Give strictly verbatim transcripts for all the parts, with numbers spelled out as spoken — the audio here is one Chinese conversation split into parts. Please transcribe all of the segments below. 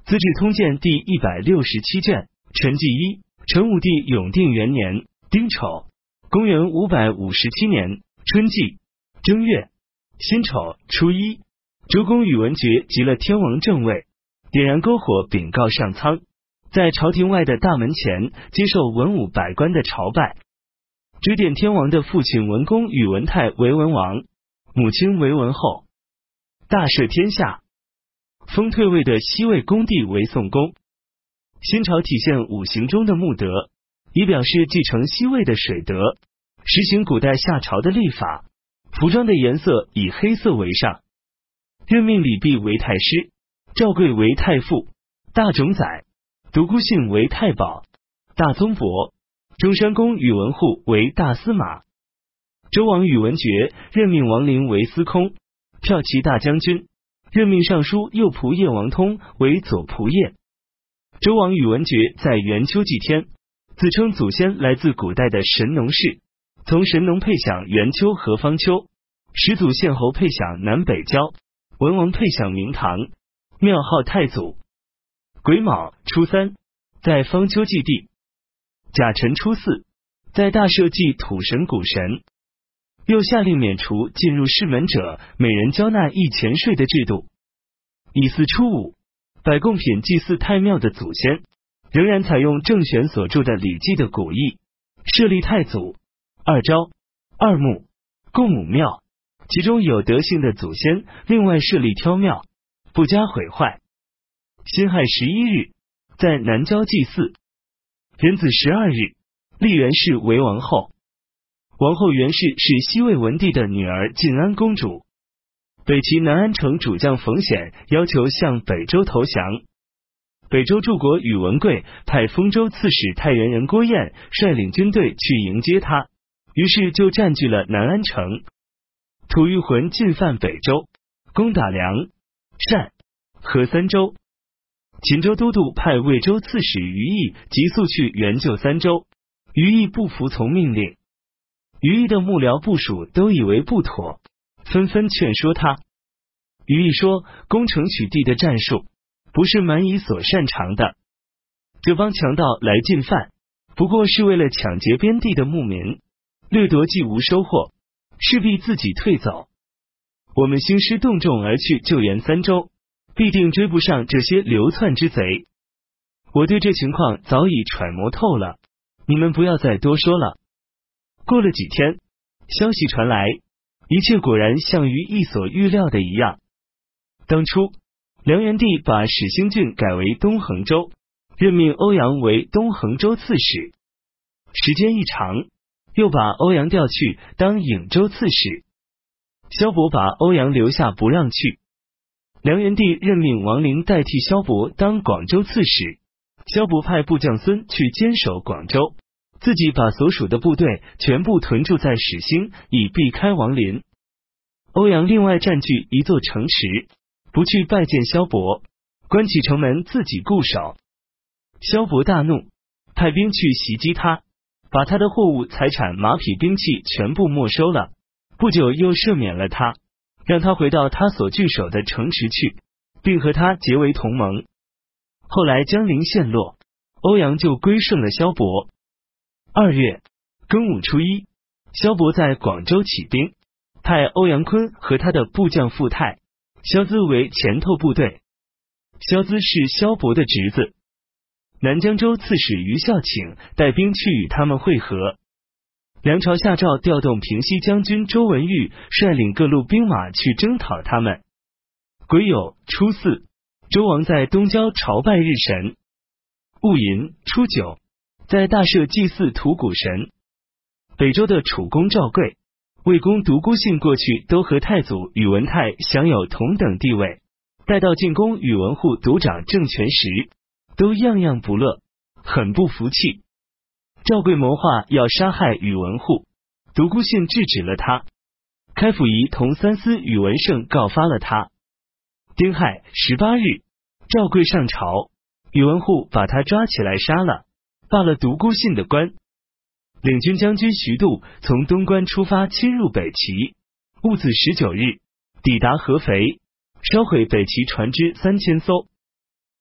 资治通鉴》第一百六十七卷，陈纪一，成武帝永定元年丁丑，公元五百五十七年春季正月辛丑初一，周公宇文觉即了天王正位，点燃篝火禀告上苍，在朝廷外的大门前接受文武百官的朝拜。指点天王的父亲文公宇文泰为文王，母亲为文后，大赦天下，封退位的西魏恭帝为宋公。新朝体现五行中的木德，以表示继承西魏的水德，实行古代夏朝的历法。服装的颜色以黑色为上，任命李泌为太师，赵贵为太傅，大冢宰、独孤信为太保、大宗伯，中山公宇文护为大司马。周王宇文觉任命王陵为司空、骠骑大将军，任命尚书右仆射王通为左仆射。周王宇文觉在元秋祭天，自称祖先来自古代的神农氏，从神农配享元秋和方秋，始祖献侯配享南北郊，文王配享明堂，庙号太祖。癸卯初三，在方丘祭地；甲辰初四，在大社祭土神谷神。又下令免除进入市门者每人交纳一钱税的制度。乙巳初五，摆贡品祭祀太庙的祖先，仍然采用郑玄所著的《礼记》的古义，设立太祖、二昭、二穆共五庙，其中有德行的祖先另外设立挑庙，不加毁坏。辛亥十一日，在南郊祭祀。壬子十二日，立元氏为王后。王后元氏是西魏文帝的女儿晋安公主。北齐南安城主将冯显要求向北周投降，北周柱国宇文贵派丰州刺史太原人郭彦率领军队去迎接他，于是就占据了南安城。吐谷浑进犯北周，攻打梁、单、河三州。秦州都督派魏州刺史于毅急速去援救三州，于毅不服从命令。于毅的幕僚部属都以为不妥，纷纷劝说他。于毅说，攻城取地的战术不是蛮夷所擅长的，这帮强盗来进犯，不过是为了抢劫边地的牧民，掠夺既无收获，势必自己退走。我们兴师动众而去救援三州，必定追不上这些流窜之贼。我对这情况早已揣摩透了，你们不要再多说了。过了几天，消息传来，一切果然像于一所预料的一样。当初梁元帝把始兴郡改为东衡州，任命欧阳为东衡州刺史。时间一长，又把欧阳调去当颍州刺史。萧伯把欧阳留下不让去。梁元帝任命王陵代替萧伯当广州刺史。萧伯派部将孙去坚守广州，自己把所属的部队全部屯驻在始兴，以避开王陵。欧阳另外占据一座城池，不去拜见萧伯，关起城门自己固守。萧伯大怒，派兵去袭击他，把他的货物财产、马匹、兵器全部没收了。不久又赦免了他，让他回到他所据守的城池去，并和他结为同盟。后来江陵陷落，欧阳就归顺了萧伯。二月庚午初一，萧伯在广州起兵，派欧阳坤和他的部将傅泰、萧咨为前头部队。萧咨是萧伯的侄子。南江州刺史于孝请带兵去与他们会合。梁朝下诏调动平西将军周文玉率领各路兵马去征讨他们。癸酉初四，周王在东郊朝拜日神。戊寅初九，在大社祭祀吐谷神。北周的楚公赵贵、魏公独孤信过去都和太祖宇文泰享有同等地位，待到晋公宇文护独掌政权时，都样样不乐，很不服气。赵贵谋划要杀害宇文护，独孤信制止了他。开府仪同三司宇文盛告发了他。丁亥十八日，赵贵上朝，宇文护把他抓起来杀了，罢了独孤信的官。领军将军徐度从东关出发侵入北齐，戊子十九日抵达合肥，烧毁北齐船只三千艘。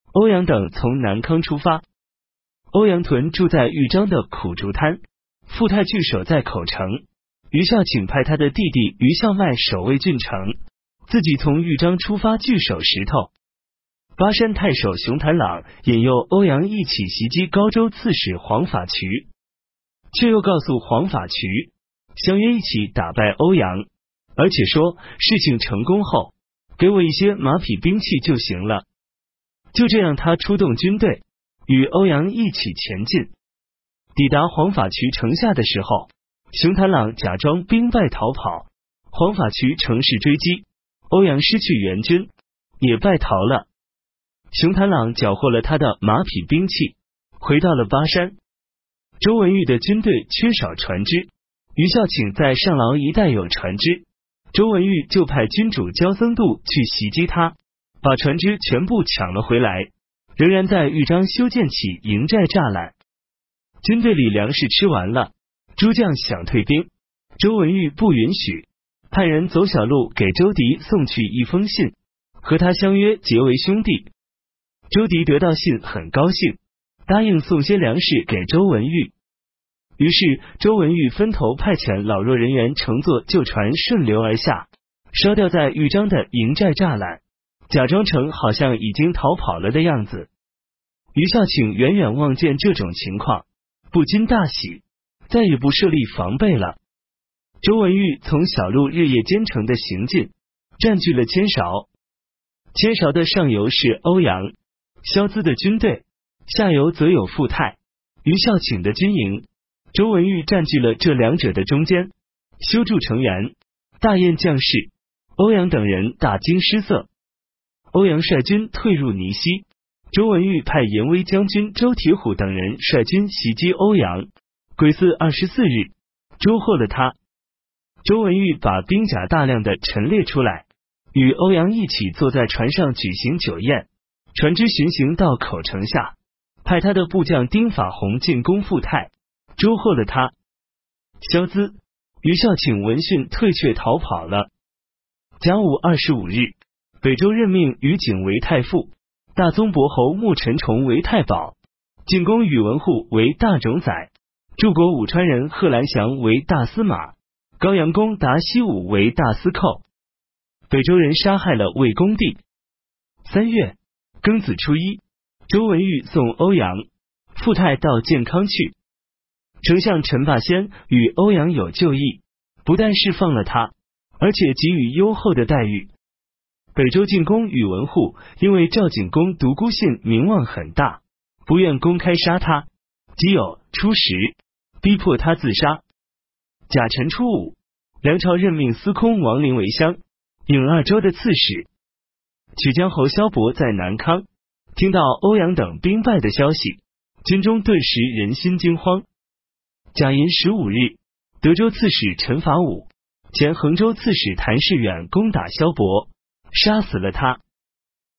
欧阳等从南康出发。欧阳屯住在豫章的苦竹滩，傅太据守在口城。于孝请派他的弟弟于孝迈守卫郡城，自己从豫章出发据守石头。巴山太守熊谭朗引诱欧阳一起袭击高州刺史黄法渠，却又告诉黄法渠相约一起打败欧阳，而且说事情成功后给我一些马匹兵器就行了。就这样，他出动军队与欧阳一起前进。抵达黄法渠城下的时候，熊谭朗假装兵败逃跑，黄法渠乘势追击，欧阳失去援军，也败逃了。熊谭朗缴获了他的马匹兵器，回到了巴山。周文玉的军队缺少船只，于孝请在上饶一带有船只，周文玉就派军主焦僧度去袭击他，把船只全部抢了回来，仍然在豫章修建起营寨栅栏。军队里粮食吃完了，诸将想退兵，周文玉不允许，派人走小路给周迪送去一封信，和他相约结为兄弟。周迪得到信很高兴，答应送些粮食给周文玉。于是周文玉分头派遣老弱人员乘坐旧船顺流而下，烧掉在豫章的营寨栅栏，假装成好像已经逃跑了的样子。于孝请远远望见这种情况，不禁大喜，再也不设立防备了。周文玉从小路日夜兼程的行进，占据了千韶。千韶的上游是欧阳、萧资的军队，下游则有傅泰、于孝请的军营。周文玉占据了这两者的中间，修筑城垣，大宴将士。欧阳等人大惊失色。欧阳率军退入泥溪，周文玉派延威将军周铁虎等人率军袭击欧阳。癸巳二十四日，捉获了他。周文玉把兵甲大量的陈列出来，与欧阳一起坐在船上举行酒宴。船只巡行到口城下，派他的部将丁法洪进攻傅泰，捉获了他。萧资、于孝请闻讯退却逃跑了。甲午二十五日，北周任命于景为太傅，大宗伯侯穆陈崇为太保，进宫宇文护为大冢宰，柱国武川人贺兰祥为大司马，高阳公达西武为大司寇。北周人杀害了魏恭帝。三月庚子初一，周文玉送欧阳、傅泰到建康去。丞相陈霸先与欧阳有旧义，不但释放了他，而且给予优厚的待遇。北周进攻宇文护因为赵景公独孤信名望很大，不愿公开杀他，即有初十逼迫他自杀。甲辰初五，梁朝任命司空王陵为襄、颍二州的刺史。曲江侯萧伯在南康听到欧阳等兵败的消息，军中顿时人心惊慌。甲寅十五日，德州刺史陈法武、前衡州刺史谭世远攻打萧伯，杀死了他。